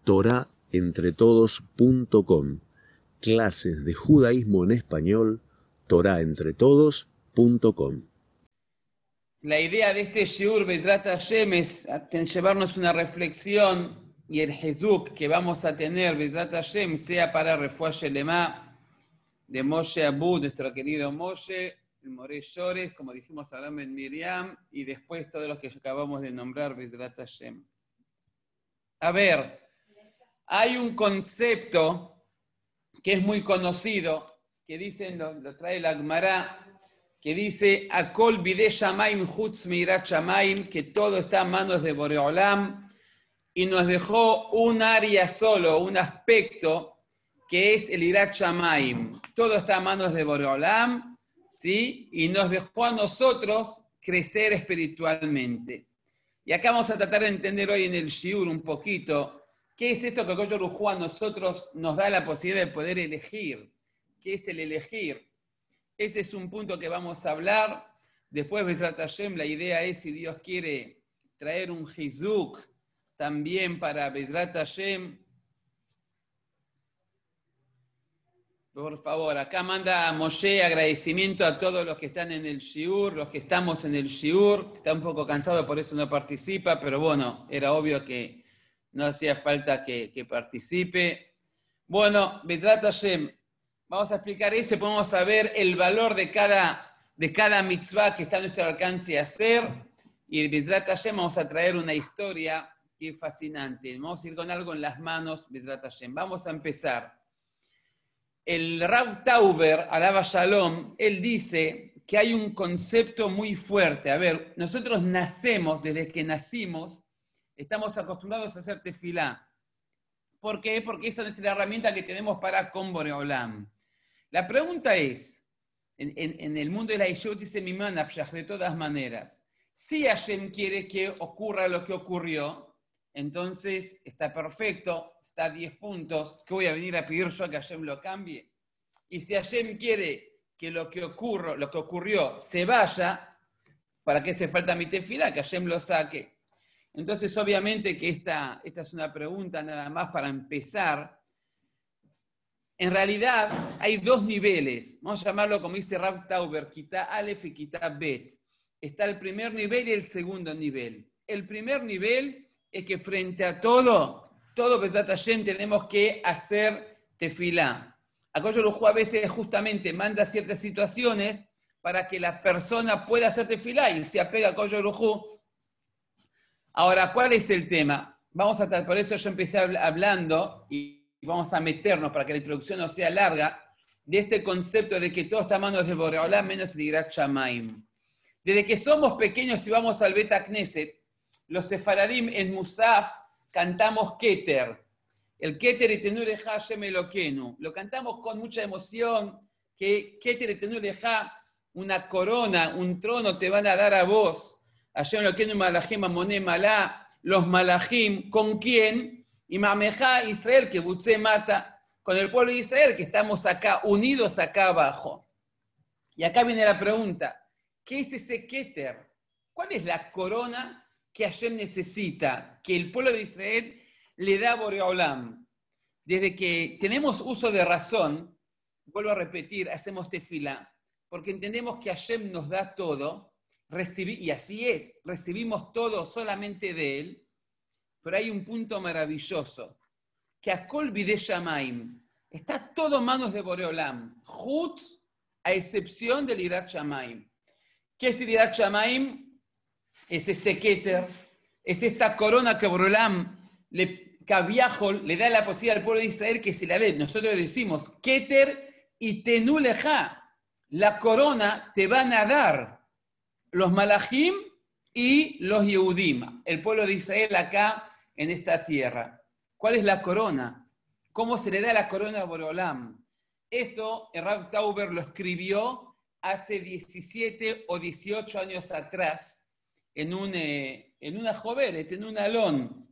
torahentretodos.com. Clases de judaísmo en español, torahentretodos.com. La idea de este Shiur Bezrat Hashem es llevarnos una reflexión y el Hezuk que vamos a tener Bezrat Hashem sea para Refuah Shelema de Moshe Abud, nuestro querido Moshe, el Moré Shores, como dijimos ahora en Miriam, y después todos los que acabamos de nombrar Bezrat Hashem. A ver, hay un concepto que es muy conocido, que dicen, lo trae la Gemara, que dice, Akol bidei shamaim chutz meirat shamaim, que todo está a manos de Boreolam, y nos dejó un área solo, un aspecto, que es el irat shamaim. Todo está a manos de Boreolam, ¿sí? Y nos dejó a nosotros crecer espiritualmente. Y acá vamos a tratar de entender hoy en el Shiur un poquito, ¿qué es esto que Akadosh Baruj Hu a nosotros nos da la posibilidad de poder elegir? ¿Qué es el elegir? Ese es un punto que vamos a hablar. Después, Bezrat Hashem, la idea es, si Dios quiere, traer un Hizuk también para Bezrat Hashem. Por favor, acá manda Moshe agradecimiento a todos los que están en el Shiur, los que estamos en el Shiur. Está un poco cansado, por eso no participa, pero bueno, era obvio que no hacía falta que participe. Bueno, Bezrat Hashem, vamos a explicar eso y podemos saber el valor de cada mitzvah que está a nuestro alcance hacer. Y el Bezrat Hashem vamos a traer una historia que es fascinante. Vamos a ir con algo en las manos, Bezrat Hashem. Vamos a empezar. El Rav Tauber, Alaba Shalom, él dice que hay un concepto muy fuerte. A ver, nosotros nacemos, desde que nacimos, estamos acostumbrados a hacer tefilá. ¿Por qué? Porque esa es nuestra herramienta que tenemos para con Boreolam. La pregunta es, en el mundo de la Yeshut dice Mimán Afshach, de todas maneras, si Hashem quiere que ocurra lo que ocurrió, entonces está perfecto, está a 10 puntos, ¿qué voy a venir a pedir yo que Hashem lo cambie? Y si Hashem quiere que lo que ocurrió se vaya, ¿para qué hace falta mi tefilá? Que Hashem lo saque. Entonces, obviamente que esta es una pregunta nada más para empezar. En realidad, hay dos niveles. Vamos a llamarlo, como dice Rav Tauber, Kitá Aleph y Kitá Bet. Está el primer nivel y el segundo nivel. El primer nivel es que frente a todo Bezrat Hashem, tenemos que hacer tefilá. Akadosh Baruj Hu a veces justamente manda ciertas situaciones para que la persona pueda hacer tefilá y se apega a Akadosh Baruj Hu. Ahora, ¿cuál es el tema? Por eso yo empecé hablando y vamos a meternos para que la introducción no sea larga, de este concepto de que todo está a manos de Boreolam menos el Irat Shamaim. Desde que somos pequeños y vamos al Bet Knesset, los sefaradim en Musaf cantamos Keter. El Keter Itenu Leja Hashem Elokeinu. Lo cantamos con mucha emoción, que Keter Itenu Leja, una corona, un trono te van a dar a vos. Hashem Elokeinu Malachim Amoné Malá, los Malachim, ¿con quién? Y Mameja Israel, que Butze mata, con el pueblo de Israel, que estamos acá, unidos acá abajo. Y acá viene la pregunta, ¿qué es ese Keter? ¿Cuál es la corona que Hashem necesita, que el pueblo de Israel le da a Boreolam? Desde que tenemos uso de razón, vuelvo a repetir, hacemos tefilá, porque entendemos que Hashem nos da todo, y así es, recibimos todo solamente de Él, pero hay un punto maravilloso, que Akol bidei shamaim, está todo en manos de Boreolam, Chutz, a excepción del Irat Shamaim. ¿Qué es el Irat Shamaim? Es este Keter, es esta corona que Boreolam le da la posibilidad al pueblo de Israel que se la dé. Nosotros decimos, Keter y Tenú Leja, la corona te van a dar los Malachim y los Yehudim, el pueblo de Israel acá en esta tierra. ¿Cuál es la corona? ¿Cómo se le da la corona a Boreolam? Esto, el Rav Tauber lo escribió hace 17 o 18 años atrás, en una joveret, en un alón.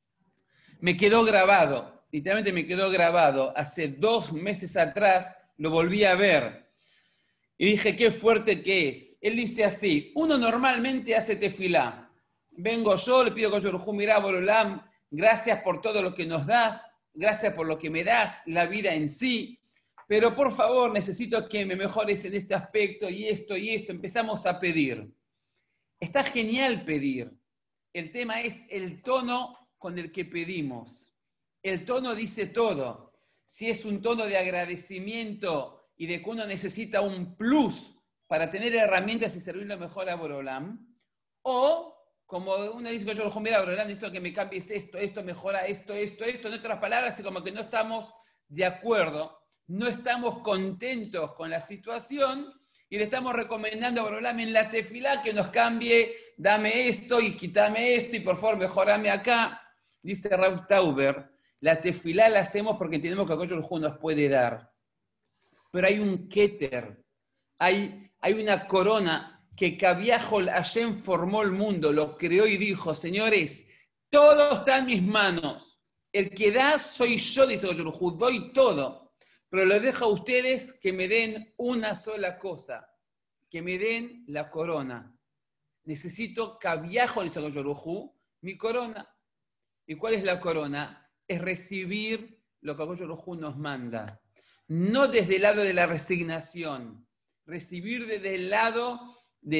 Me quedó grabado, literalmente me quedó grabado. Hace 2 meses atrás lo volví a ver. Y dije, qué fuerte que es. Él dice así, uno normalmente hace tefilá. Vengo yo, le pido a Akadosh Baruj Hu, mirá, Boreolam, gracias por todo lo que nos das, gracias por lo que me das, la vida en sí, pero por favor necesito que me mejores en este aspecto y esto, empezamos a pedir. Está genial pedir. El tema es el tono con el que pedimos. El tono dice todo. Si es un tono de agradecimiento y de que uno necesita un plus para tener herramientas y servirlo mejor a Borolam, o como uno dice, yo mira, Borolam, necesito que me cambies esto, mejora esto, en otras palabras, y como que no estamos de acuerdo, no estamos contentos con la situación, y le estamos recomendando a Borolam en la tefilá que nos cambie, dame esto y quítame esto, y por favor mejorame acá. Dice Rav Tauber, la tefilá la hacemos porque entendemos que aquello nos puede dar. Pero hay un keter, hay una corona que Kaviahol Hashem formó el mundo, lo creó y dijo, señores, todo está en mis manos. El que da soy yo, dice Goyorhu, doy todo. Pero lo dejo a ustedes que me den una sola cosa, que me den la corona. Necesito Kaviahol, dice Goyorhu, mi corona. ¿Y cuál es la corona? Es recibir lo que Goyorhu nos manda. No desde el lado de la resignación, recibir desde el lado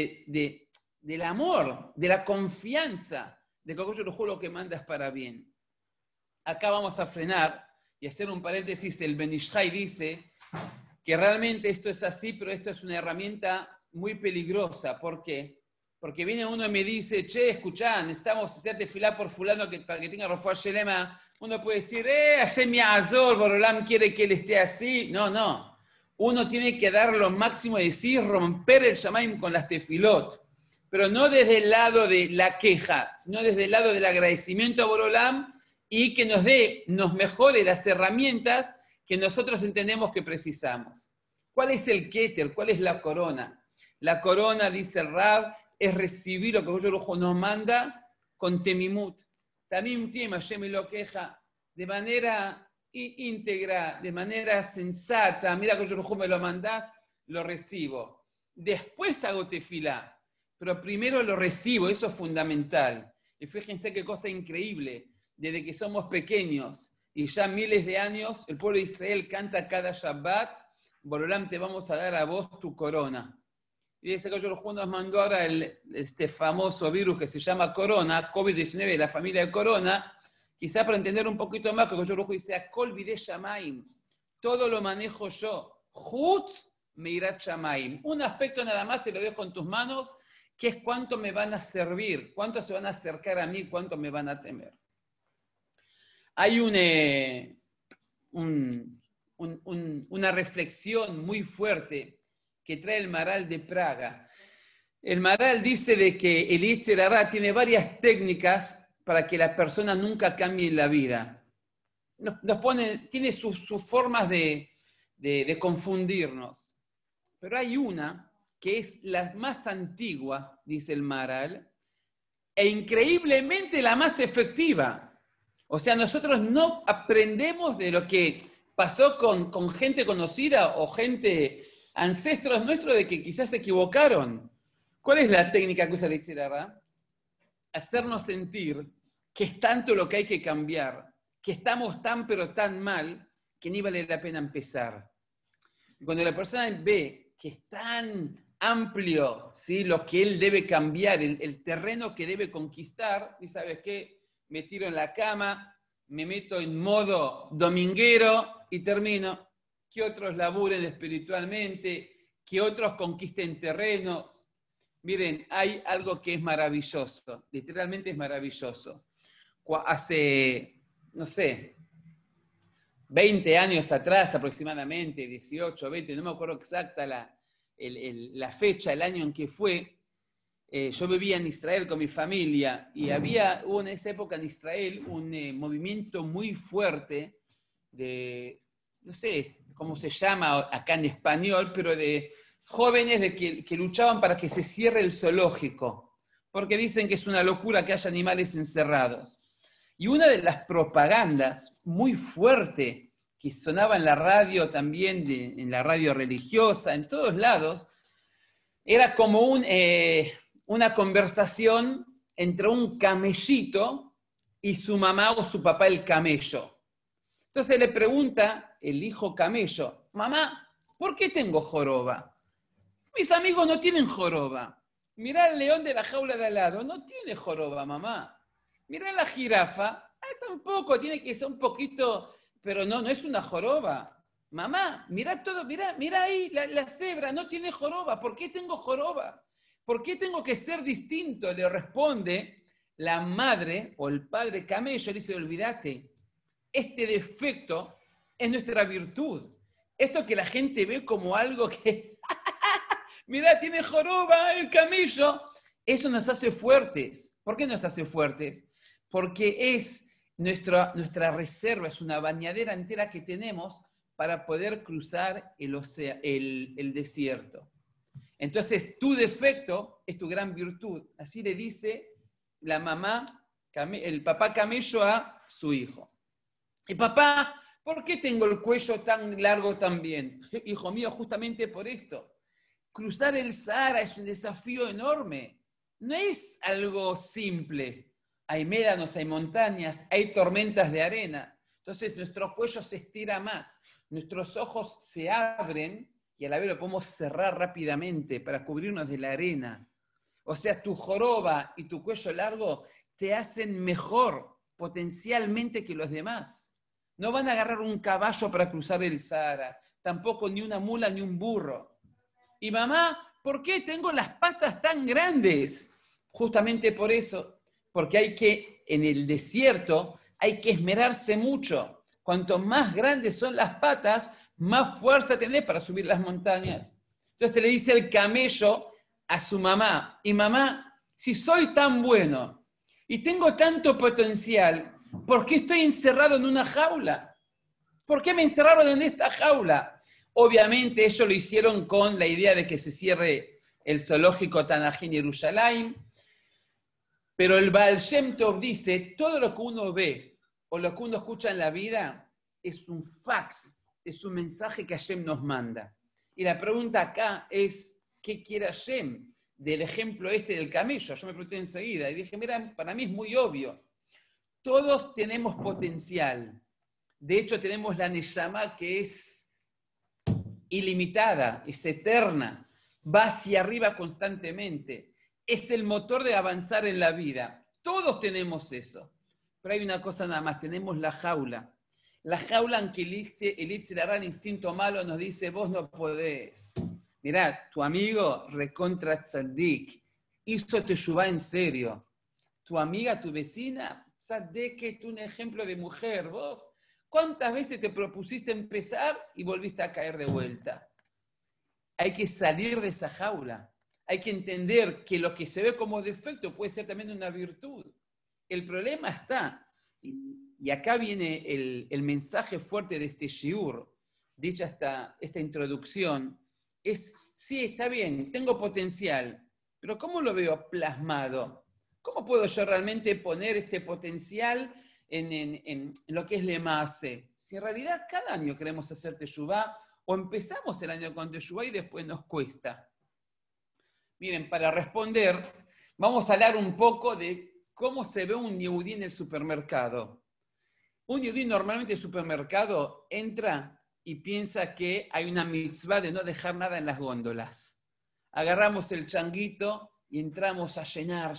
del amor, de la confianza, de que lo que manda es para bien. Acá vamos a frenar y hacer un paréntesis. El Ben Ish Chai dice que realmente esto es así, pero esto es una herramienta muy peligrosa. ¿Por qué? Porque viene uno y me dice, che, escuchá, necesitamos hacer tefilá por fulano para que tenga refuá shelema. Uno puede decir, Hashem Ya'azor, Borolam quiere que él esté así. No. Uno tiene que dar lo máximo de sí, romper el Shamaim con las tefilot. Pero no desde el lado de la queja, sino desde el lado del agradecimiento a Borolam y que nos mejore las herramientas que nosotros entendemos que precisamos. ¿Cuál es el keter? ¿Cuál es la corona? La corona, dice el Rab, es recibir lo que Dios nos manda con temimut. También Hashem lo queja de manera íntegra, de manera sensata. Mira que yo me lo mandás, lo recibo. Después hago tefilá, pero primero lo recibo, eso es fundamental. Y fíjense qué cosa increíble, desde que somos pequeños y ya miles de años, el pueblo de Israel canta cada Shabbat, Borolam, te vamos a dar a vos tu corona. Y dice que yo nos mandó ahora este famoso virus que se llama Corona, COVID-19 de la familia de Corona, quizá para entender un poquito más, que yo dice, Akol Bidei Shamaim, todo lo manejo yo, Chutz Meirat Shamaim. Un aspecto nada más te lo dejo en tus manos, que es cuánto me van a servir, cuánto se van a acercar a mí, cuánto me van a temer. Hay una reflexión muy fuerte que trae el Maral de Praga. El Maral dice de que el Yetzer Hará tiene varias técnicas para que la persona nunca cambie en la vida. Tiene sus formas de confundirnos. Pero hay una que es la más antigua, dice el Maral, e increíblemente la más efectiva. O sea, nosotros no aprendemos de lo que pasó con gente conocida o gente, ancestros nuestros, de que quizás se equivocaron. ¿Cuál es la técnica que usa el Yetzer Hará? Hacernos sentir que es tanto lo que hay que cambiar, que estamos tan pero tan mal, que ni vale la pena empezar. Y cuando la persona ve que es tan amplio, ¿sí?, lo que él debe cambiar, el terreno que debe conquistar, y ¿sabes qué? Me tiro en la cama, me meto en modo dominguero y termino. Que otros laburen espiritualmente, que otros conquisten terrenos. Miren, hay algo que es maravilloso, literalmente es maravilloso. Hace, no sé, 20 años atrás aproximadamente, 18, 20, no me acuerdo exacta la fecha, el año en que fue, yo vivía en Israel con mi familia y hubo en esa época en Israel un movimiento muy fuerte de, no sé cómo se llama acá en español, pero de jóvenes que luchaban para que se cierre el zoológico, porque dicen que es una locura que haya animales encerrados. Y una de las propagandas muy fuerte que sonaba en la radio también, en la radio religiosa, en todos lados, era como una conversación entre un camellito y su mamá o su papá el camello. Entonces le pregunta el hijo camello, mamá, ¿por qué tengo joroba? Mis amigos no tienen joroba. Mirá el león de la jaula de al lado, no tiene joroba, mamá. Mirá la jirafa, tampoco, tiene que ser un poquito, pero no es una joroba. Mamá, mirá todo, mirá ahí, la cebra no tiene joroba. ¿Por qué tengo joroba? ¿Por qué tengo que ser distinto? Le responde la madre o el padre camello, le dice, olvídate, este defecto es nuestra virtud. Esto que la gente ve como algo que, mirá, tiene joroba el camello, eso nos hace fuertes. ¿Por qué nos hace fuertes? Porque es nuestra reserva, es una bañadera entera que tenemos para poder cruzar el desierto. Entonces, tu defecto es tu gran virtud. Así le dice la mamá, el papá camello a su hijo. Y papá, ¿por qué tengo el cuello tan largo también? Hijo mío, justamente por esto. Cruzar el Sahara es un desafío enorme. No es algo simple. Hay médanos, hay montañas, hay tormentas de arena. Entonces nuestro cuello se estira más. Nuestros ojos se abren y a la vez lo podemos cerrar rápidamente para cubrirnos de la arena. O sea, tu joroba y tu cuello largo te hacen mejor potencialmente que los demás. No van a agarrar un caballo para cruzar el Sahara, tampoco ni una mula ni un burro. Y mamá, ¿por qué tengo las patas tan grandes? Justamente por eso, porque en el desierto hay que esmerarse mucho. Cuanto más grandes son las patas, más fuerza tenés para subir las montañas. Entonces le dice el camello a su mamá, y mamá, si soy tan bueno y tengo tanto potencial, ¿por qué estoy encerrado en una jaula? ¿Por qué me encerraron en esta jaula? Obviamente ellos lo hicieron con la idea de que se cierre el zoológico Tanají en Jerusalén, pero el Baal Shem Tov dice, todo lo que uno ve o lo que uno escucha en la vida es un fax, es un mensaje que Hashem nos manda. Y la pregunta acá es, ¿qué quiere Hashem? Del ejemplo este del camello, yo me pregunté enseguida y dije, mira, para mí es muy obvio. Todos tenemos potencial. De hecho, tenemos la Neshama que es ilimitada, es eterna, va hacia arriba constantemente. Es el motor de avanzar en la vida. Todos tenemos eso. Pero hay una cosa nada más, tenemos la jaula. La jaula en que el Yetzer Hara, el instinto malo, nos dice, vos no podés. Mirá, tu amigo recontra tzadik, hizo teshuvá en serio. Tu amiga, tu vecina, tzaddik, que es un ejemplo de mujer. Vos, ¿cuántas veces te propusiste empezar y volviste a caer de vuelta? Hay que salir de esa jaula. Hay que entender que lo que se ve como defecto puede ser también una virtud. El problema está, y acá viene el mensaje fuerte de este shiur, dicha esta introducción, es, sí, está bien, tengo potencial, pero ¿cómo lo veo plasmado? ¿Cómo puedo yo realmente poner este potencial en lo que es Lemase? Si en realidad cada año queremos hacer teshuvá, o empezamos el año con teshuvá y después nos cuesta. Miren, para responder, vamos a hablar un poco de cómo se ve un yehudí en el supermercado. Un yehudí normalmente en el supermercado entra y piensa que hay una mitzvah de no dejar nada en las góndolas. Agarramos el changuito y entramos a llenar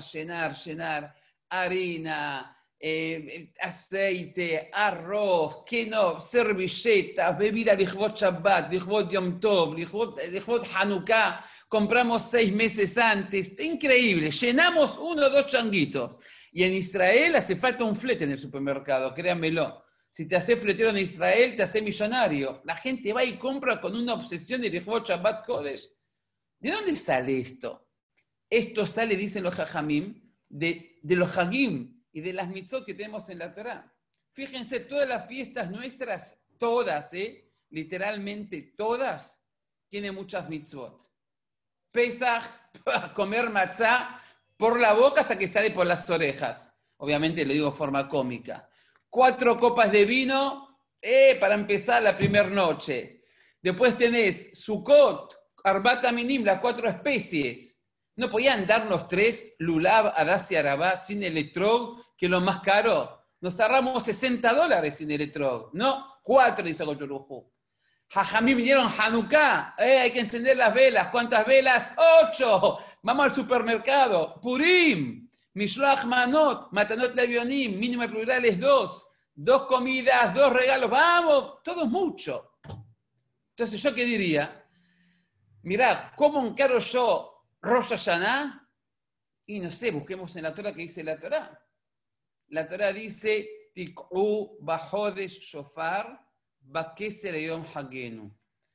harina, aceite, arroz, servilletas, bebida lichvot Shabbat, lichvot Yom Tov, lichvot Hanukkah. Compramos 6 meses antes. Increíble. Llenamos 1 o 2 changuitos. Y en Israel hace falta un flete en el supermercado, créanmelo. Si te haces fletero en Israel, te haces millonario. La gente va y compra con una obsesión de lichvot Shabbat Kodesh. ¿De dónde sale esto? Esto sale, dicen los Jajamim, de los Hagim y de las mitzvot que tenemos en la Torá. Fíjense, todas las fiestas nuestras, todas, literalmente todas, tienen muchas mitzvot. Pesaj, comer matzá por la boca hasta que sale por las orejas. Obviamente lo digo de forma cómica. 4 copas de vino para empezar la primera noche. Después tenés Sukkot, Arbat Aminim, las 4 especies. ¿No podían darnos 3 Lulav, Hadás y Arabá sin electrog, que es lo más caro? Nos ahorramos $60 sin electrog. No, 4, dice Goyorujú. Jajamí vinieron Hanukkah, hay que encender las velas. ¿Cuántas velas? 8. Vamos al supermercado. Purim, Mishloach Manot, Matanot Levionim, mínimo plural es 2. 2 comidas, 2 regalos, vamos, todo es mucho. Entonces, ¿yo qué diría? Mirá, ¿cómo encaro yo Rosh Hashanah? Y no sé, busquemos en la Torah qué dice la Torah. La Torah dice, Tik'u bajodesh shofar, bakeser yom hagenu.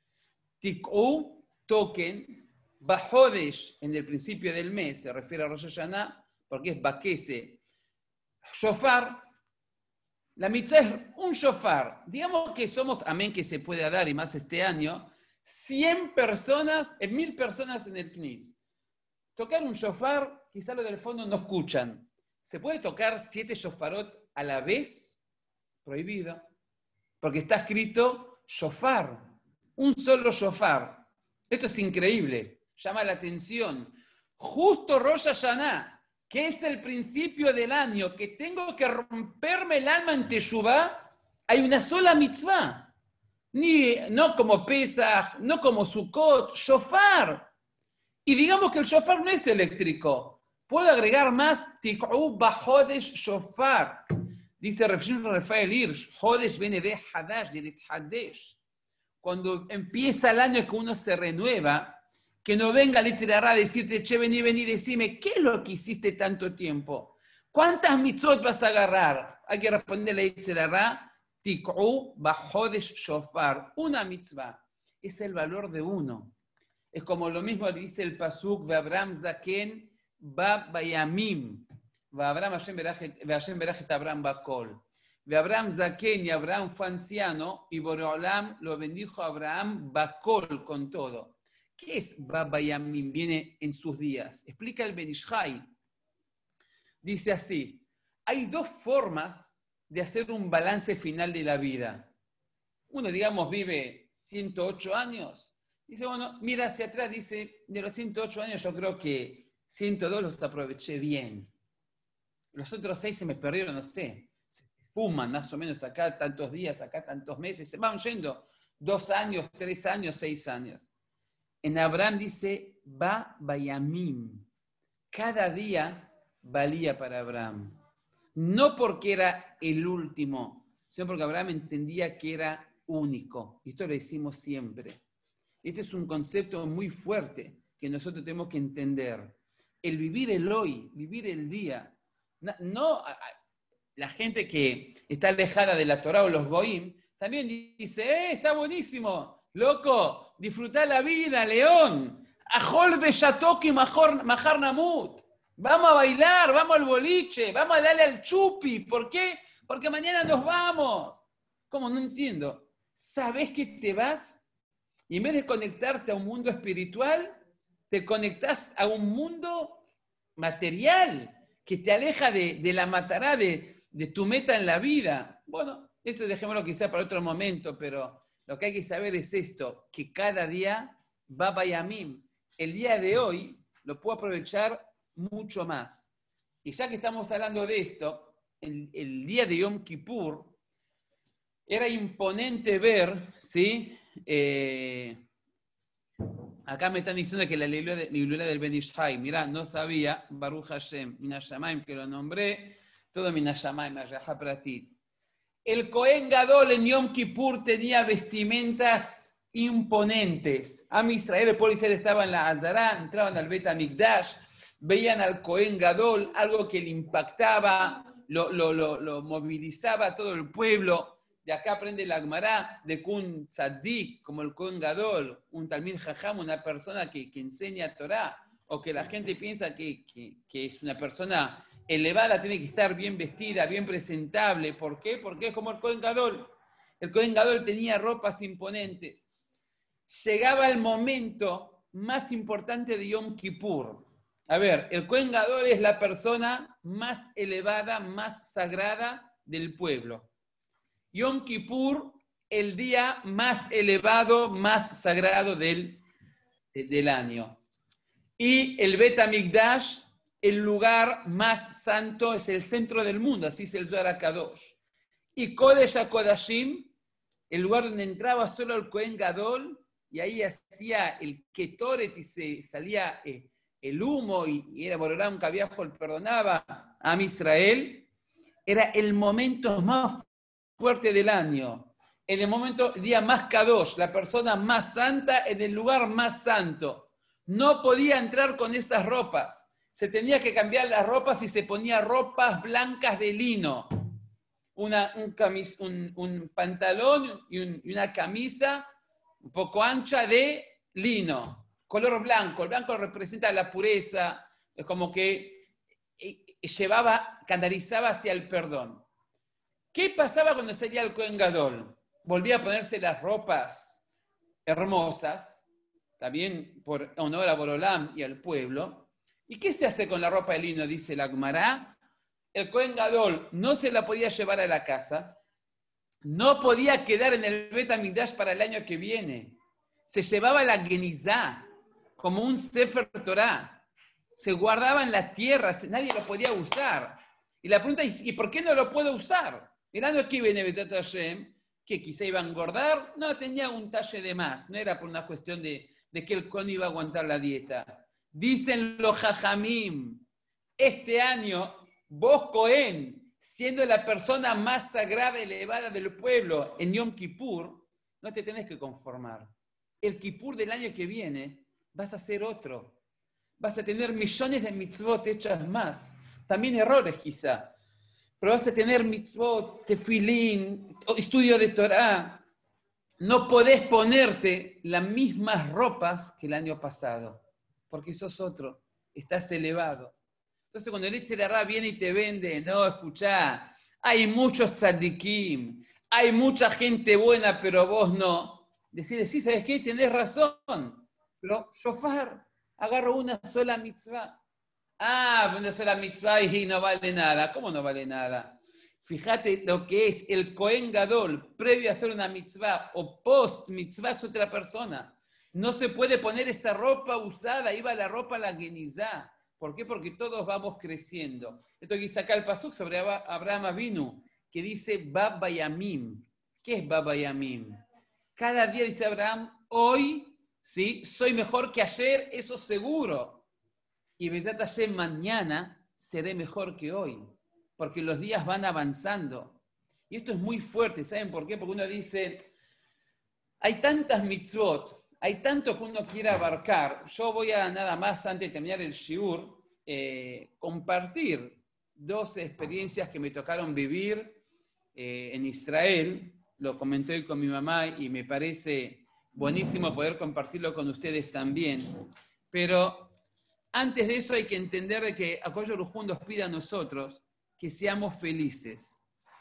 Tik'u, toquen, bajodesh, en el principio del mes, se refiere a Rosh Hashanah, porque es bakese. Shofar, la mitzvah es un shofar. Digamos que somos, amén que se puede dar, y más este año, 100 personas, 1000 personas en el CNIS. Tocar un shofar, quizá los del fondo no escuchan. ¿Se puede tocar 7 shofarot a la vez? Prohibido. Porque está escrito shofar. Un solo shofar. Esto es increíble. Llama la atención. Justo Rosh Hashanah, que es el principio del año, que tengo que romperme el alma en Teshuvah, hay una sola mitzvah. No como Pesach, no como Sukkot, shofar. Y digamos que el shofar no es eléctrico. Puedo agregar más, Tik'u bajodesh shofar. Dice Rafael Hirsch, Hodesh viene de Hadash, de Hadesh. Cuando empieza el año que uno se renueva, que no venga el Yetzer Hara a decirte, che, vení, decime, ¿qué es lo que hiciste tanto tiempo? ¿Cuántas mitzvot vas a agarrar? Hay que responderle a Yetzer Hara, Tik'u bajodesh shofar. Una mitzvah es el valor de uno. Es como lo mismo dice el pasuk de Abraham Zaken ba bayamim. Va Abraham Hashem berachet Abraham bakol. De Abraham Zaken y Abraham fue anciano y Boreolam lo bendijo a Abraham bakol con todo. ¿Qué es ba bayamim? Viene en sus días. Explica el Ben Ish Hai. Dice así: hay 2 formas de hacer un balance final de la vida. Uno, digamos, vive 108 años. Dice, bueno, mira hacia atrás, dice, de los 108 años yo creo que 102 los aproveché bien. Los otros 6 se me perdieron, no sé. Se fuman más o menos acá tantos días, acá tantos meses. Se van yendo 2 años, 3 años, 6 años. En Abraham dice, ba bayamim. Cada día valía para Abraham. No porque era el último, sino porque Abraham entendía que era único. Y esto lo decimos siempre. Este es un concepto muy fuerte que nosotros tenemos que entender. El vivir el hoy, vivir el día. No, la gente que está alejada de la Torah o los goim, también dice, está buenísimo, loco, disfrutá la vida, león. Ajol de Shatoki Mahar Namut. Vamos a bailar, vamos al boliche, vamos a darle al chupi. ¿Por qué? Porque mañana nos vamos. ¿Cómo? No entiendo. ¿Sabés que te vas? Y en vez de conectarte a un mundo espiritual, te conectás a un mundo material que te aleja de la matará, de tu meta en la vida. Bueno, eso dejémoslo quizá para otro momento, pero lo que hay que saber es esto, que cada día va bayamim. El día de hoy lo puedo aprovechar mucho más. Y ya que estamos hablando de esto, el día de Yom Kippur era imponente ver, ¿sí? Acá me están diciendo que la libélula del Ben Ish Hai, mirá, no sabía, Baruch Hashem, Minashamaim, que lo nombré, todo Minashamaim, Ayahá Pratit. El Cohen Gadol en Yom Kippur tenía vestimentas imponentes. Am Israel, el pueblo Israel estaba en la Azará, entraban al Bet HaMikdash, veían al Cohen Gadol, algo que le impactaba, lo movilizaba a todo el pueblo. De acá aprende la Gemara de Kun Tzaddik, como el Cohen Gadol, un Talmid Jajam, una persona que enseña Torah, o que la gente piensa que es una persona elevada, tiene que estar bien vestida, bien presentable. ¿Por qué? Porque es como el Cohen Gadol. El Cohen Gadol tenía ropas imponentes. Llegaba el momento más importante de Yom Kippur. A ver, el Cohen Gadol es la persona más elevada, más sagrada del pueblo. Yom Kippur, el día más elevado, más sagrado del año. Y el Bet HaMikdash, el lugar más santo, es el centro del mundo, así es el Zohar HaKadosh. Y Kodesh HaKodashim, el lugar donde entraba solo el Kohen Gadol, y ahí hacía el Ketoret y se salía el humo, y era Borolam Kaviahol, perdonaba a Israel. Era el momento más fuerte del año, en el momento, el día más Kadosh, la persona más santa en el lugar más santo. No podía entrar con esas ropas. Se tenía que cambiar las ropas y se ponía ropas blancas de lino. Un pantalón y una camisa un poco ancha de lino. Color blanco. El blanco representa la pureza. Es como que canalizaba hacia el perdón. ¿Qué pasaba cuando salía el Kohen Gadol? Volvía a ponerse las ropas hermosas, también por honor a Borolam y al pueblo. ¿Y qué se hace con la ropa de lino? Dice la Gemara. El Kohen Gadol no se la podía llevar a la casa, no podía quedar en el Bet HaMikdash para el año que viene. Se llevaba la Genizá como un Sefer Torah. Se guardaba en la tierra, nadie lo podía usar. Y la pregunta es, ¿y por qué no lo puedo usar? Mirando aquí viene Bezat Hashem, que quizá iba a engordar, no, tenía un talle de más, no era por una cuestión de que el Kohen iba a aguantar la dieta. Dicen los Jajamim, este año, vos Kohen, siendo la persona más sagrada y elevada del pueblo en Yom Kippur, no te tenés que conformar. El Kippur del año que viene vas a ser otro. Vas a tener millones de mitzvot hechas más. También errores quizá. Pero vas a tener mitzvot, tefilín, estudio de Torah. No podés ponerte las mismas ropas que el año pasado. Porque sos otro. Estás elevado. Entonces cuando el Yetzer Hará viene y te vende, no, escuchá, hay muchos tzadikim, hay mucha gente buena, pero vos no. Decirle, sí, ¿sabes qué? Tenés razón. Pero shofar, agarro una sola mitzvah. Ah, una sola mitzvah y no vale nada. ¿Cómo no vale nada? Fíjate lo que es el Kohen Gadol, previo a hacer una mitzvah o post mitzvah es otra persona. No se puede poner esa ropa usada, iba la ropa a la genizá. ¿Por qué? Porque todos vamos creciendo. Esto que dice acá el pasuk sobre Abraham Avinu, que dice Baba Yamim. ¿Qué es Baba Yamim? Cada día dice Abraham, hoy, ¿sí? Soy mejor que ayer, eso seguro. Y Bezat Hashem, mañana seré mejor que hoy. Porque los días van avanzando. Y esto es muy fuerte, ¿saben por qué? Porque uno dice, hay tantas mitzvot, hay tanto que uno quiere abarcar. Yo voy a nada más, antes de terminar el shiur, compartir 2 experiencias que me tocaron vivir en Israel. Lo comenté hoy con mi mamá y me parece buenísimo poder compartirlo con ustedes también. Pero antes de eso hay que entender que Akadosh Baruj Hu nos pide a nosotros que seamos felices.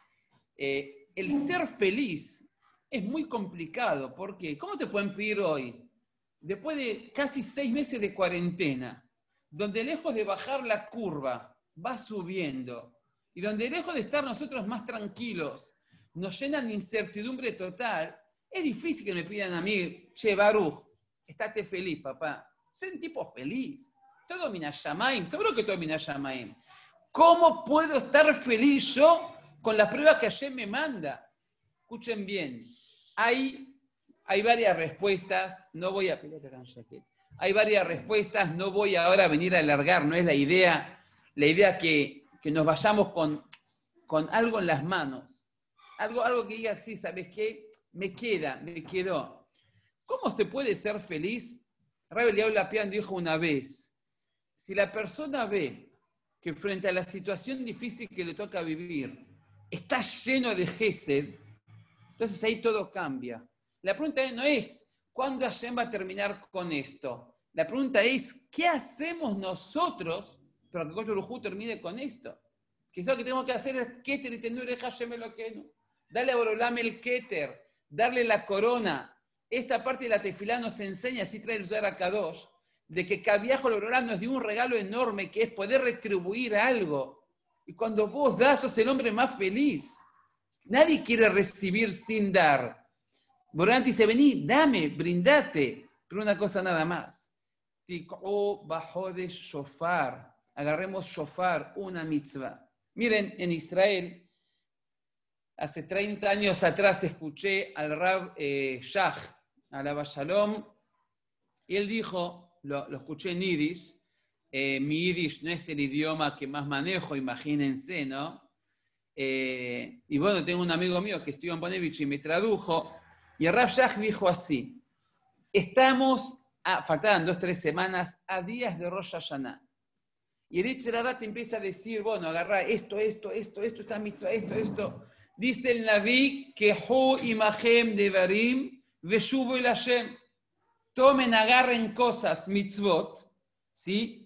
El ser feliz es muy complicado. ¿Por qué? ¿Cómo te pueden pedir hoy, después de casi 6 meses de cuarentena, donde lejos de bajar la curva, va subiendo, y donde lejos de estar nosotros más tranquilos, nos llenan de incertidumbre total? Es difícil que me pidan a mí, che, Baruch, estate feliz, papá. Sé un tipo feliz. Todo minashamayim, seguro que todo minashamayim. ¿Cómo puedo estar feliz yo con las pruebas que Hashem me manda? Escuchen bien, hay varias respuestas, no voy a... Hay varias respuestas, no voy ahora a venir a alargar, no es la idea que nos vayamos con algo en las manos. Algo que diga, sí, ¿sabes qué? Me quedó. ¿Cómo se puede ser feliz? Rabbi Eliyahu Lapian dijo una vez, si la persona ve que frente a la situación difícil que le toca vivir, está lleno de Gesed, entonces ahí todo cambia. La pregunta no es, ¿cuándo Hashem va a terminar con esto? La pregunta es, ¿qué hacemos nosotros para que Akadosh Baruj Hu termine con esto? Que eso lo que tenemos que hacer es Keter y Tenure Hashem Elokeinu. Darle a Borolam el Keter, darle la corona. Esta parte de la tefilá nos enseña, así trae el Zohar HaKadosh, de que Kaviahol Borolam nos dio un regalo enorme que es poder retribuir algo. Y cuando vos das, sos el hombre más feliz. Nadie quiere recibir sin dar. Borolam dice, vení, dame, brindate. Pero una cosa nada más. tik'u bajodesh shofar. Agarremos shofar, una mitzvah. Miren, en Israel, hace 30 años atrás escuché al Rab Shach, alaba Shalom, y él dijo, lo escuché en Yiddish, mi Yiddish no es el idioma que más manejo, imagínense, ¿no? Y bueno, tengo un amigo mío que estudió en Bonevich y me tradujo, y el Rab Shach dijo así, estamos, faltaban 2-3 semanas, a días de Rosh Hashanah. Y el Yetzer Hara te empieza a decir, bueno, agarra esto, esta mitzvah, esto. Dice el Naví, que hu imahem devarim veshuvu el Hashem. Tomen, agarren cosas, mitzvot, ¿sí?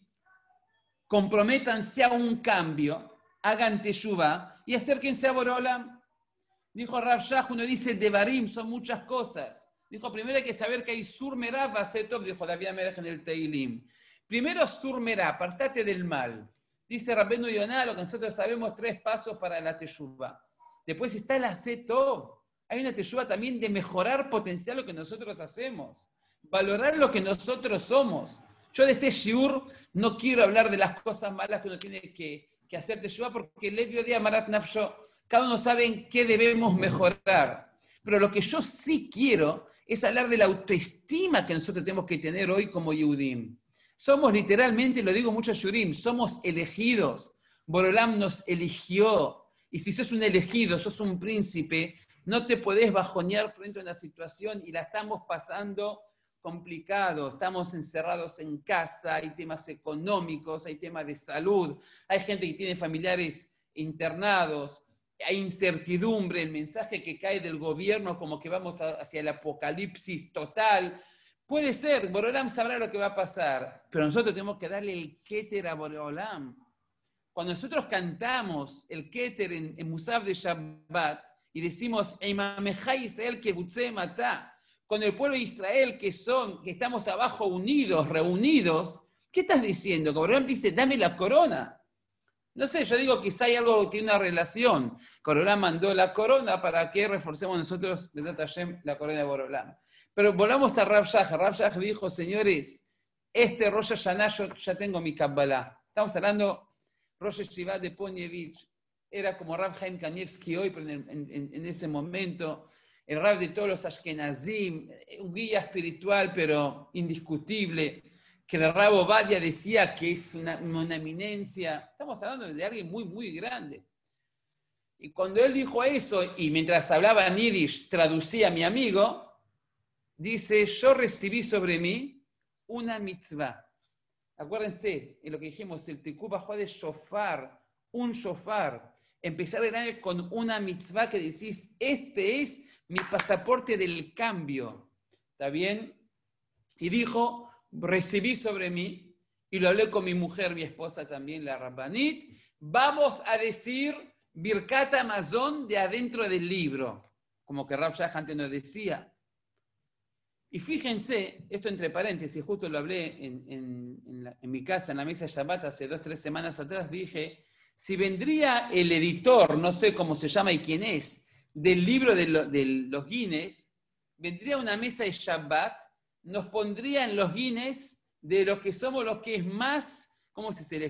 Comprométanse a un cambio, hagan teshuvah y acérquense a Borolam. Dijo Rav Shach, uno dice devarim, son muchas cosas. Dijo, primero hay que saber que hay sur merah, vasetov, dijo David Amelech en el Teilim. Primero, sur merah, apartate del mal. Dice Rabbeinu Yonah, lo que nosotros sabemos, 3 pasos para la teshuvah. Después está el asetov. Hay una teshuvah también de mejorar potencial lo que nosotros hacemos. Valorar lo que nosotros somos. Yo de este shiur no quiero hablar de las cosas malas que uno tiene que hacer teshuvah, porque Levi Odia Marat Nafsho, cada uno sabe en qué debemos mejorar. Pero lo que yo sí quiero es hablar de la autoestima que nosotros tenemos que tener hoy como Yehudim. Somos literalmente, lo digo mucho a Shurim, somos elegidos. Borolam nos eligió. Y si sos un elegido, sos un príncipe, no te podés bajonear frente a una situación y la estamos pasando complicado. Estamos encerrados en casa, hay temas económicos, hay temas de salud, hay gente que tiene familiares internados, hay incertidumbre, el mensaje que cae del gobierno como que vamos hacia el apocalipsis total. Puede ser, Borolam sabrá lo que va a pasar, pero nosotros tenemos que darle el Keter a Borolam. Cuando nosotros cantamos el Keter en Musaf de Shabbat y decimos, Eimamejai Israel Kebutze Matá, con el pueblo de Israel que estamos abajo unidos, reunidos, ¿qué estás diciendo? Que Borolam dice, dame la corona. No sé, yo digo quizá hay algo que tiene una relación. Borolam mandó la corona para que reforcemos nosotros, Bezat Hashem, la corona de Borolam. Pero volvamos a Rav Shach. Rav Shach dijo, señores, este Rosh Hashanah yo ya tengo mi Kabbalah. Estamos hablando Rosh Yeshiva de Ponievich. Era como Rav Chaim Kanievski hoy, pero en ese momento, el Rav de todos los Ashkenazim, un guía espiritual, pero indiscutible, que el Rav Ovadia decía que es una eminencia. Estamos hablando de alguien muy, muy grande. Y cuando él dijo eso, y mientras hablaba en Yiddish, traducía a mi amigo, dice, yo recibí sobre mí una mitzvah. Acuérdense, en lo que dijimos, el Tikú bajó de shofar, un shofar. Empezar el año con una mitzvah que decís, este es mi pasaporte del cambio. ¿Está bien? Y dijo, recibí sobre mí, y lo hablé con mi mujer, mi esposa también, la Rabbanit, vamos a decir Birkat Hamazon de adentro del libro, como que Rav Shach antes nos decía. Y fíjense, esto entre paréntesis, justo lo hablé en mi casa, en la mesa de Shabbat, hace 2-3 semanas atrás, dije, si vendría el editor, no sé cómo se llama y quién es, del libro de los Guinness, vendría una mesa de Shabbat, nos pondría en los Guinness de los que somos los que es más, ¿cómo se dice el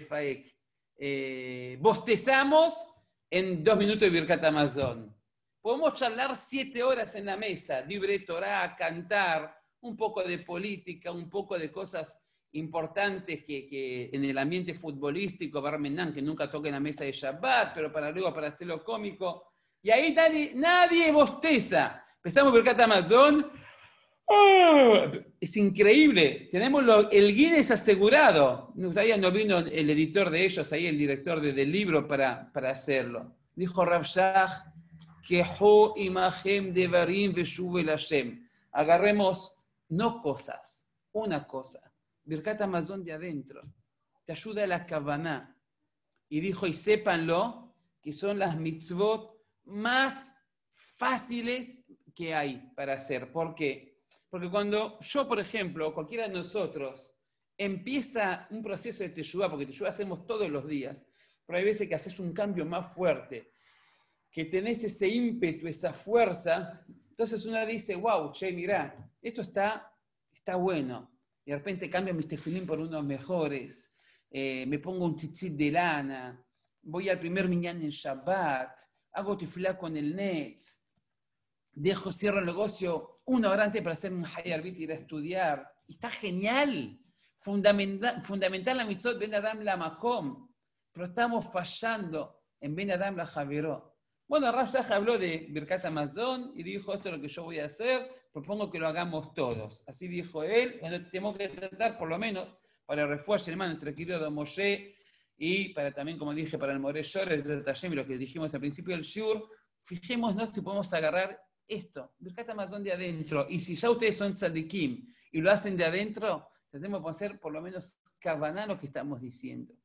faek? Bostezamos en 2 minutos de Birkat Hamazon. Podemos charlar 7 horas en la mesa, libre Torah, cantar, un poco de política, un poco de cosas importantes que en el ambiente futbolístico, Barmenán, que nunca toca en la mesa de Shabbat, pero luego para hacerlo cómico. Y ahí nadie bosteza. Empezamos Birkat Hamazon. ¡Oh! Es increíble. Tenemos el Guinness asegurado. Todavía no vino el editor de ellos, ahí el director del libro para hacerlo. Dijo Rav Shach, Kehu imahem devarim veshuvu el Hashem. Agarremos no cosas, una cosa. Birkat Hamazon de adentro. Te ayuda a la Kavaná. Y dijo, y sépanlo, que son las mitzvot más fáciles que hay para hacer. ¿Por qué? Porque cuando yo, por ejemplo, cualquiera de nosotros, empieza un proceso de teshuvah, porque teshuvah hacemos todos los días, pero hay veces que haces un cambio más fuerte, que tenés ese ímpetu, esa fuerza, entonces uno dice, wow, che, mirá, esto está bueno. y de repente cambio mis tefilín por unos mejores, me pongo un tzitzit de lana, voy al primer minyan en Shabbat, hago tefilá con el Netz, cierro el negocio una hora antes para hacer un hayarbit y ir a estudiar. Y está genial. Fundamental la mitzvot Ben Adam la Makom. Pero estamos fallando en Ben Adam la Javeró. Bueno, Rav Shach habló de Birkat Hamazon y dijo, esto es lo que yo voy a hacer, propongo que lo hagamos todos. Así dijo él, tenemos que tratar por lo menos para el refuerzo hermano entre Quirido Moshe y para también, como dije, para el Moreh Shores del Tashem y lo que dijimos al principio del Shiur, fijémonos si podemos agarrar esto, Birkat Hamazon de adentro, y si ya ustedes son tzadikim y lo hacen de adentro, tenemos que hacer por lo menos kavaná lo que estamos diciendo.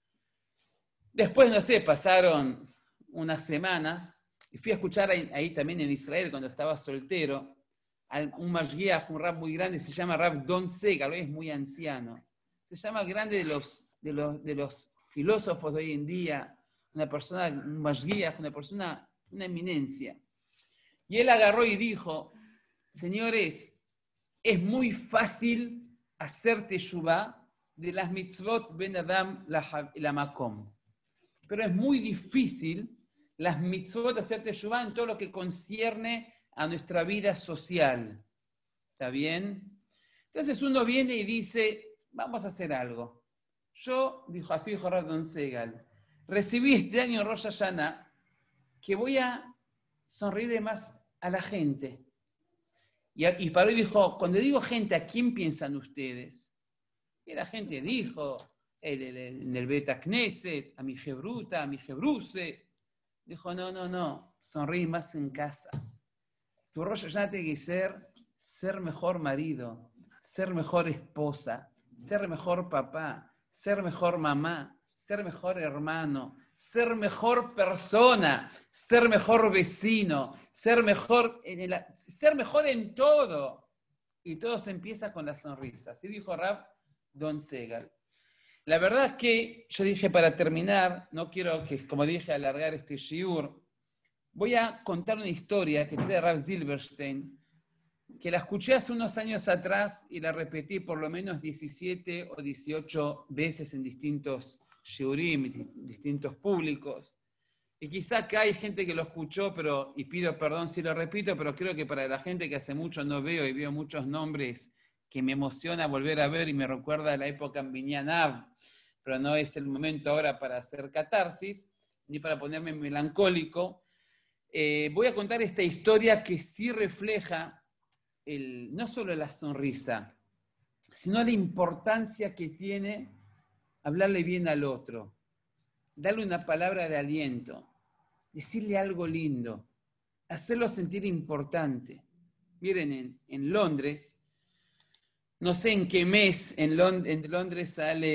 Después, no sé, pasaron unas semanas, y fui a escuchar ahí también en Israel, cuando estaba soltero, un mashgiach, un rab muy grande, se llama Rav Don Segal, es muy anciano. Se llama el grande de los filósofos de hoy en día, una persona, un mashgiach, una eminencia. Y él agarró y dijo, señores, es muy fácil hacer teshuvah de las mitzvot Ben Adam la Makom. Pero es muy difícil las mitzvot hacer teshuvah en todo lo que concierne a nuestra vida social. ¿Está bien? Entonces uno viene y dice, vamos a hacer algo. Yo, así dijo Rav Don Segal, recibí este año en Rosh Hashanah que voy a sonreír más a la gente. Y Paró y dijo, cuando digo gente, ¿a quién piensan ustedes? Y la gente dijo, en el Beta Knesset, a mi Gebruta, a mi Gebruse. Dijo, no, sonreír más en casa. Tu Rosh Hashanah tiene que ser mejor marido, ser mejor esposa, ser mejor papá, ser mejor mamá, ser mejor hermano, ser mejor persona, ser mejor vecino, ser mejor en todo. Y todo se empieza con la sonrisa. Así dijo Rav Don Segal. La verdad es que yo dije para terminar, no quiero que, como dije, alargar este shiur, voy a contar una historia que trae Rav Silverstein, que la escuché hace unos años atrás y la repetí por lo menos 17 o 18 veces en distintos shiurim, distintos públicos. Y quizá acá hay gente que lo escuchó, y pido perdón si lo repito, pero creo que para la gente que hace mucho no veo y veo muchos nombres que me emociona volver a ver y me recuerda a la época en Binyan Av, pero no es el momento ahora para hacer catarsis, ni para ponerme melancólico. Voy a contar esta historia que sí refleja no solo la sonrisa, sino la importancia que tiene hablarle bien al otro, darle una palabra de aliento, decirle algo lindo, hacerlo sentir importante. Miren, en Londres, no sé en qué mes en Londres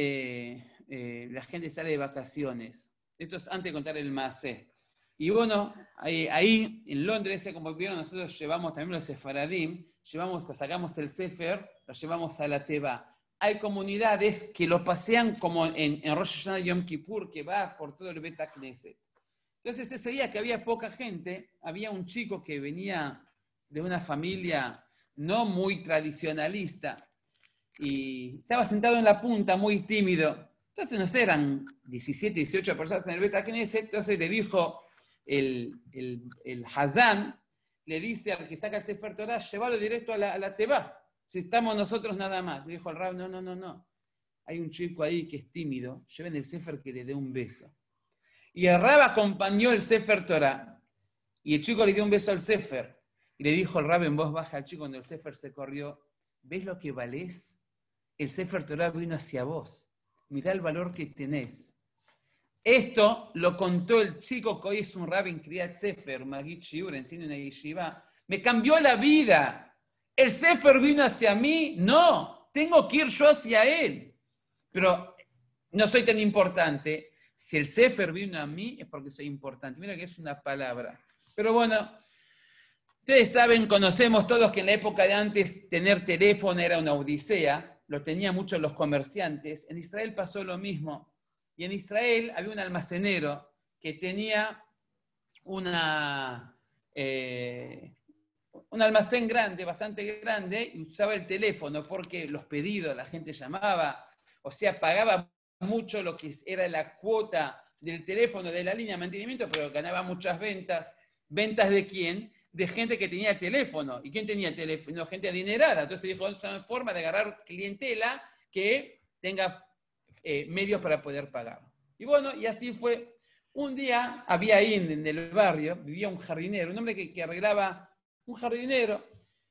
la gente sale de vacaciones. Esto es antes de contar el Maaseh. Y bueno, ahí en Londres, como vieron, nosotros llevamos también los sefaradim, sacamos el sefer, lo llevamos a la teba. Hay comunidades que lo pasean como en Rosh Hashanah Yom Kippur, que va por todo el Beta Knesset. Entonces ese día que había poca gente, había un chico que venía de una familia no muy tradicionalista y estaba sentado en la punta, muy tímido. Entonces, no sé, eran 17, 18 personas en el Beta Knesset, entonces le dijo el Hazán, le dice al que saca el Sefer Torah, llévalo directo a la Teba, si estamos nosotros nada más. Le dijo al Rab, no. Hay un chico ahí que es tímido, lleven el Sefer que le dé un beso. Y el Rab acompañó el Sefer Torah, y el chico le dio un beso al Sefer, y le dijo al Rab en voz baja al chico cuando el Sefer se corrió, ¿ves lo que valés? El Sefer Torah vino hacia vos, mirá el valor que tenés. Esto lo contó el chico que hoy es un Rab en Kriyat Sefer, Magid Shiur, enseña en la yeshiva. Me cambió la vida. ¿El Sefer vino hacia mí? No, tengo que ir yo hacia él. Pero no soy tan importante. Si el Sefer vino a mí es porque soy importante. Mira que es una palabra. Pero bueno, ustedes saben, conocemos todos que en la época de antes tener teléfono era una odisea. Lo tenían muchos los comerciantes. En Israel pasó lo mismo. Y en Israel había un almacenero que tenía una un almacén grande, bastante grande, y usaba el teléfono porque los pedidos, la gente llamaba, o sea, pagaba mucho lo que era la cuota del teléfono, de la línea de mantenimiento, pero ganaba muchas ventas. ¿Ventas de quién? De gente que tenía teléfono. ¿Y quién tenía teléfono? Gente adinerada. Entonces dijo, es una forma de agarrar clientela que tenga medios para poder pagar. Y bueno, y así fue. Un día había ahí en el barrio, vivía un jardinero, un hombre que arreglaba un jardinero,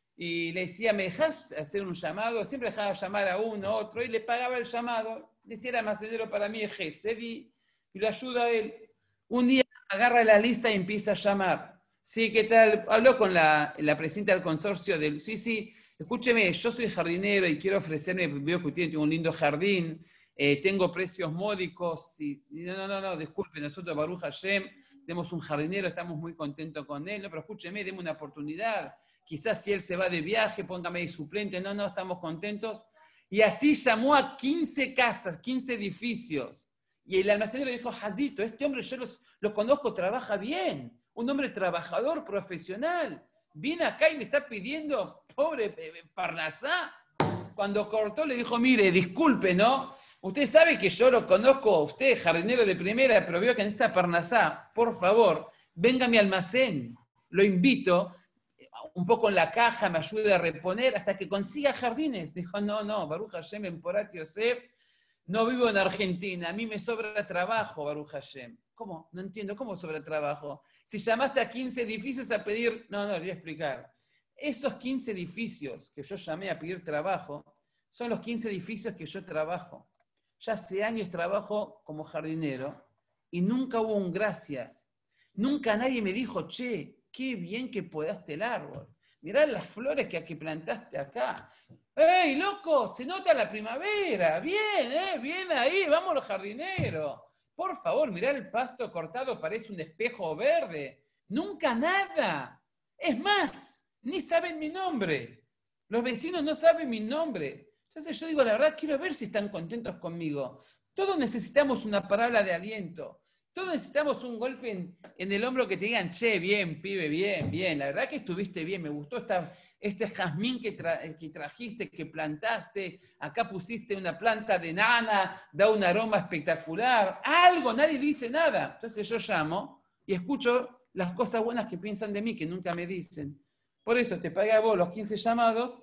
y le decía, ¿me dejás hacer un llamado? Siempre dejaba llamar a uno, a otro, y le pagaba el llamado. Decía, era almacenero para mí, Gesed, y lo ayuda a él. Un día agarra la lista y empieza a llamar. Sí, ¿qué tal? Habló con la presidenta del consorcio del... Sí, escúcheme, yo soy jardinero y quiero ofrecerme, veo que usted tiene un lindo jardín, tengo precios módicos. No, disculpe, nosotros, Baruch Hashem, tenemos un jardinero, estamos muy contentos con él, no, pero escúcheme, deme una oportunidad. Quizás si él se va de viaje, póngame de suplente. No, estamos contentos. Y así llamó a 15 casas, 15 edificios. Y el almacenero dijo, Jazito, este hombre yo lo conozco, trabaja bien. Un hombre trabajador, profesional. Viene acá y me está pidiendo, pobre Parnasá. Cuando cortó le dijo, mire, disculpe, ¿no? Usted sabe que yo lo conozco a usted, jardinero de primera, pero veo que necesita Parnasá. Por favor, venga a mi almacén. Lo invito, un poco en la caja, me ayude a reponer hasta que consiga jardines. Dijo, no, Baruch Hashem en Porat Yosef, no vivo en Argentina, a mí me sobra trabajo, Baruch Hashem. ¿Cómo? No entiendo, ¿cómo sobra trabajo? Si llamaste a 15 edificios a pedir... No, le voy a explicar. Esos 15 edificios que yo llamé a pedir trabajo, son los 15 edificios que yo trabajo. Ya hace años trabajo como jardinero y nunca hubo un gracias. Nunca nadie me dijo, che, qué bien que podaste el árbol. Mirá las flores que plantaste acá. ¡Ey, loco! Se nota la primavera. Bien, bien ahí, vamos los jardineros. Por favor, mirá el pasto cortado, parece un espejo verde. Nunca nada. Es más, ni saben mi nombre. Los vecinos no saben mi nombre. Entonces yo digo, la verdad, quiero ver si están contentos conmigo. Todos necesitamos una palabra de aliento. Todos necesitamos un golpe en el hombro que te digan, che, bien, pibe, bien. La verdad que estuviste bien, me gustó este jazmín que trajiste, que plantaste. Acá pusiste una planta de nana, da un aroma espectacular. Algo, nadie dice nada. Entonces yo llamo y escucho las cosas buenas que piensan de mí, que nunca me dicen. Por eso te pagué a vos los 15 llamados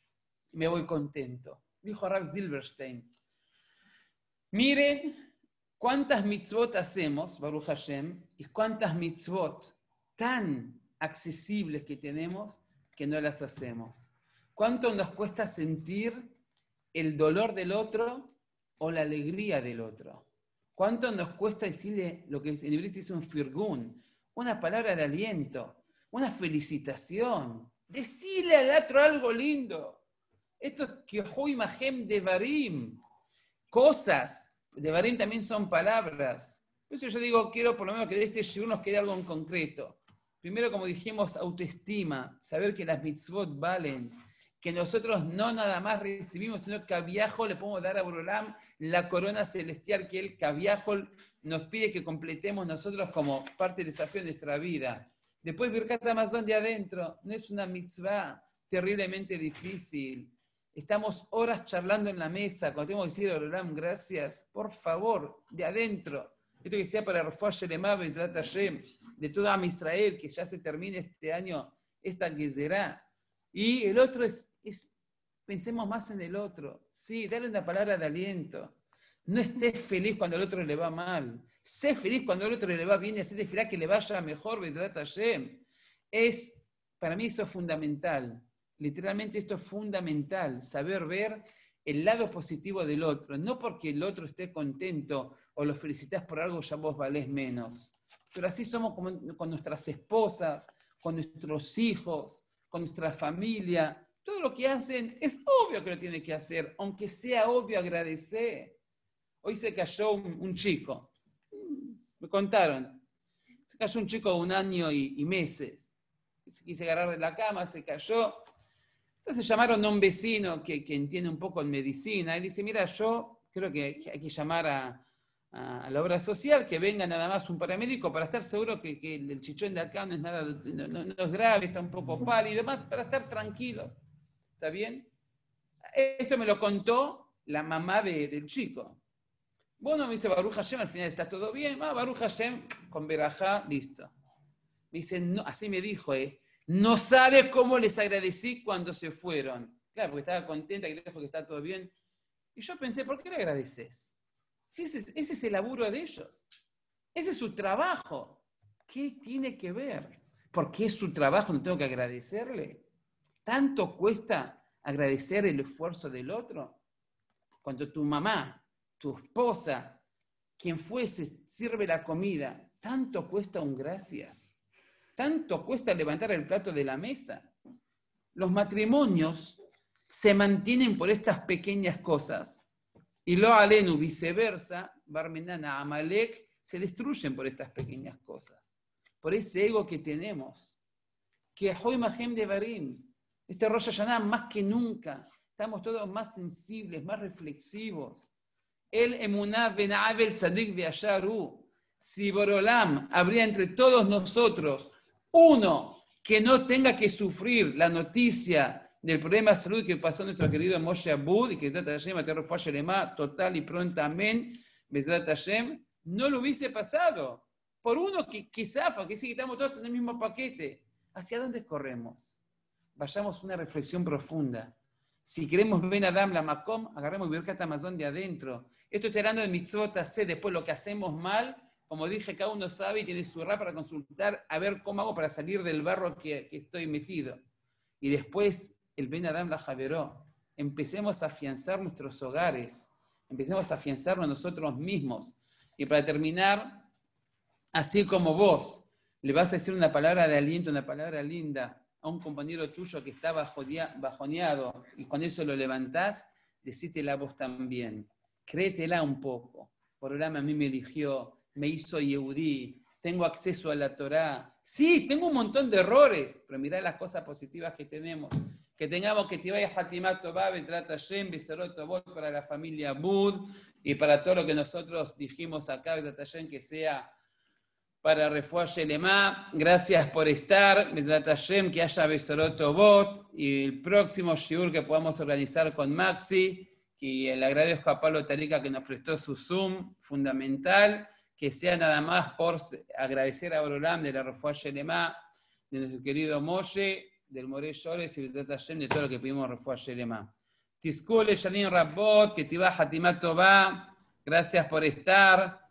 y me voy contento. Dijo Rav Silverstein. Miren cuántas mitzvot hacemos, Baruch Hashem, y cuántas mitzvot tan accesibles que tenemos que no las hacemos. ¿Cuánto nos cuesta sentir el dolor del otro o la alegría del otro? ¿Cuánto nos cuesta decirle lo que en hebreo dice un firgun, una palabra de aliento, una felicitación? Decirle al otro algo lindo. Esto es que hoy mahem devarim, cosas. Devarim también son palabras. Por eso yo digo, quiero por lo menos que de este shiur nos quede algo en concreto. Primero, como dijimos, autoestima, saber que las mitzvot valen, que nosotros no nada más recibimos, sino que a viajo le podemos dar a Borolam la corona celestial que él, que a viajo nos pide que completemos nosotros como parte del desafío de nuestra vida. Después, Birkat Hamazon de adentro, no es una mitzvah terriblemente difícil. Estamos horas charlando en la mesa, cuando tengo que decir a Borolam, gracias, por favor, de adentro. Esto que decía para Refuah Shelema B'ezrat Hashem, de toda Am Israel, que ya se termine este año esta Gezerá. Y el otro es, pensemos más en el otro. Sí, dale una palabra de aliento. No estés feliz cuando al otro le va mal. Sé feliz cuando al otro le va bien y así te que le vaya mejor, B'ezrat Hashem. Para mí eso es fundamental. Literalmente esto es fundamental, saber ver el lado positivo del otro. No porque el otro esté contento o lo felicitas por algo, ya vos valés menos. Pero así somos con nuestras esposas, con nuestros hijos, con nuestra familia. Todo lo que hacen es obvio que lo tiene que hacer, aunque sea obvio agradecer. Hoy se cayó un chico. Me contaron. Se cayó un chico de 1 año y meses. Se quiso agarrar de la cama, se cayó. Entonces llamaron a un vecino que entiende un poco en medicina. Él dice, mira, yo creo que hay que llamar a la obra social, que venga nada más un paramédico para estar seguro que el chichón de acá no es nada, no es grave, está un poco pálido, más para estar tranquilo. ¿Está bien? Esto me lo contó la mamá del chico. Bueno, me dice Baruch Hashem, al final está todo bien. Baruch Hashem, con Berajá, listo. Me dice, no, así me dijo, no sabe cómo les agradecí cuando se fueron. Claro, porque estaba contenta, que le dijo que está todo bien. Y yo pensé, ¿por qué le agradeces? Si ese es el laburo de ellos. Ese es su trabajo. ¿Qué tiene que ver? Porque es su trabajo, no tengo que agradecerle. ¿Tanto cuesta agradecer el esfuerzo del otro? Cuando tu mamá, tu esposa, quien fuese, sirve la comida, ¿tanto cuesta un gracias? ¿Tanto cuesta levantar el plato de la mesa? Los matrimonios se mantienen por estas pequeñas cosas. Y lo alenu, viceversa, Barmenana, Amalek, se destruyen por estas pequeñas cosas. Por ese ego que tenemos. Que hoy Mahem de Barim, este Rosh Hashanah más que nunca, estamos todos más sensibles, más reflexivos. El Emuná ben Abel Tzadik Be'asharu, si Borolam habría entre todos nosotros uno que no tenga que sufrir la noticia del problema de salud que pasó nuestro querido Moshe Abud, y que Bezrat Hashem, Aterro Fayelema, total y pronta, amén, Bezrat Hashem, no lo hubiese pasado. Por uno que zafa, que sí, que estamos todos en el mismo paquete. ¿Hacia dónde corremos? Vayamos a una reflexión profunda. Si queremos Ben Adam la Makom, agarremos Birkat Amazon de adentro. Esto estoy hablando de mitzvot aseh, después lo que hacemos mal, como dije, cada uno sabe y tiene su ra para consultar, a ver cómo hago para salir del barro que estoy metido. Y después, el Ben Adam la Javeró. Empecemos a afianzar nuestros hogares, empecemos a afianzarnos nosotros mismos. Y para terminar, así como vos le vas a decir una palabra de aliento, una palabra linda a un compañero tuyo que está bajoneado y con eso lo levantás, decítela vos también. Créetela un poco. Borolam a mí me eligió, me hizo Yehudí, tengo acceso a la Torá. Sí, tengo un montón de errores, pero mirá las cosas positivas que tenemos. Que tengamos que te vaya Hatimat Tová, Bezrat Hashem, Besorot Tovot para la familia Bud y para todo lo que nosotros dijimos acá, Bezrat Hashem, que sea para Refuah Shelema. Gracias por estar, Bezrat Hashem, que haya Besorot Tovot y el próximo shiur que podamos organizar con Maxi. Y le agradezco a Pablo Tarica que nos prestó su Zoom fundamental, que sea nada más por agradecer a Borolam de la Refuah Shelema, de nuestro querido Moshe, del Moré Llores y Bezrat Hashem, de todo lo que pedimos Refuah Shelema. Tizkule, Shalim Rabbot, que te va Hatimat Tová, gracias por estar.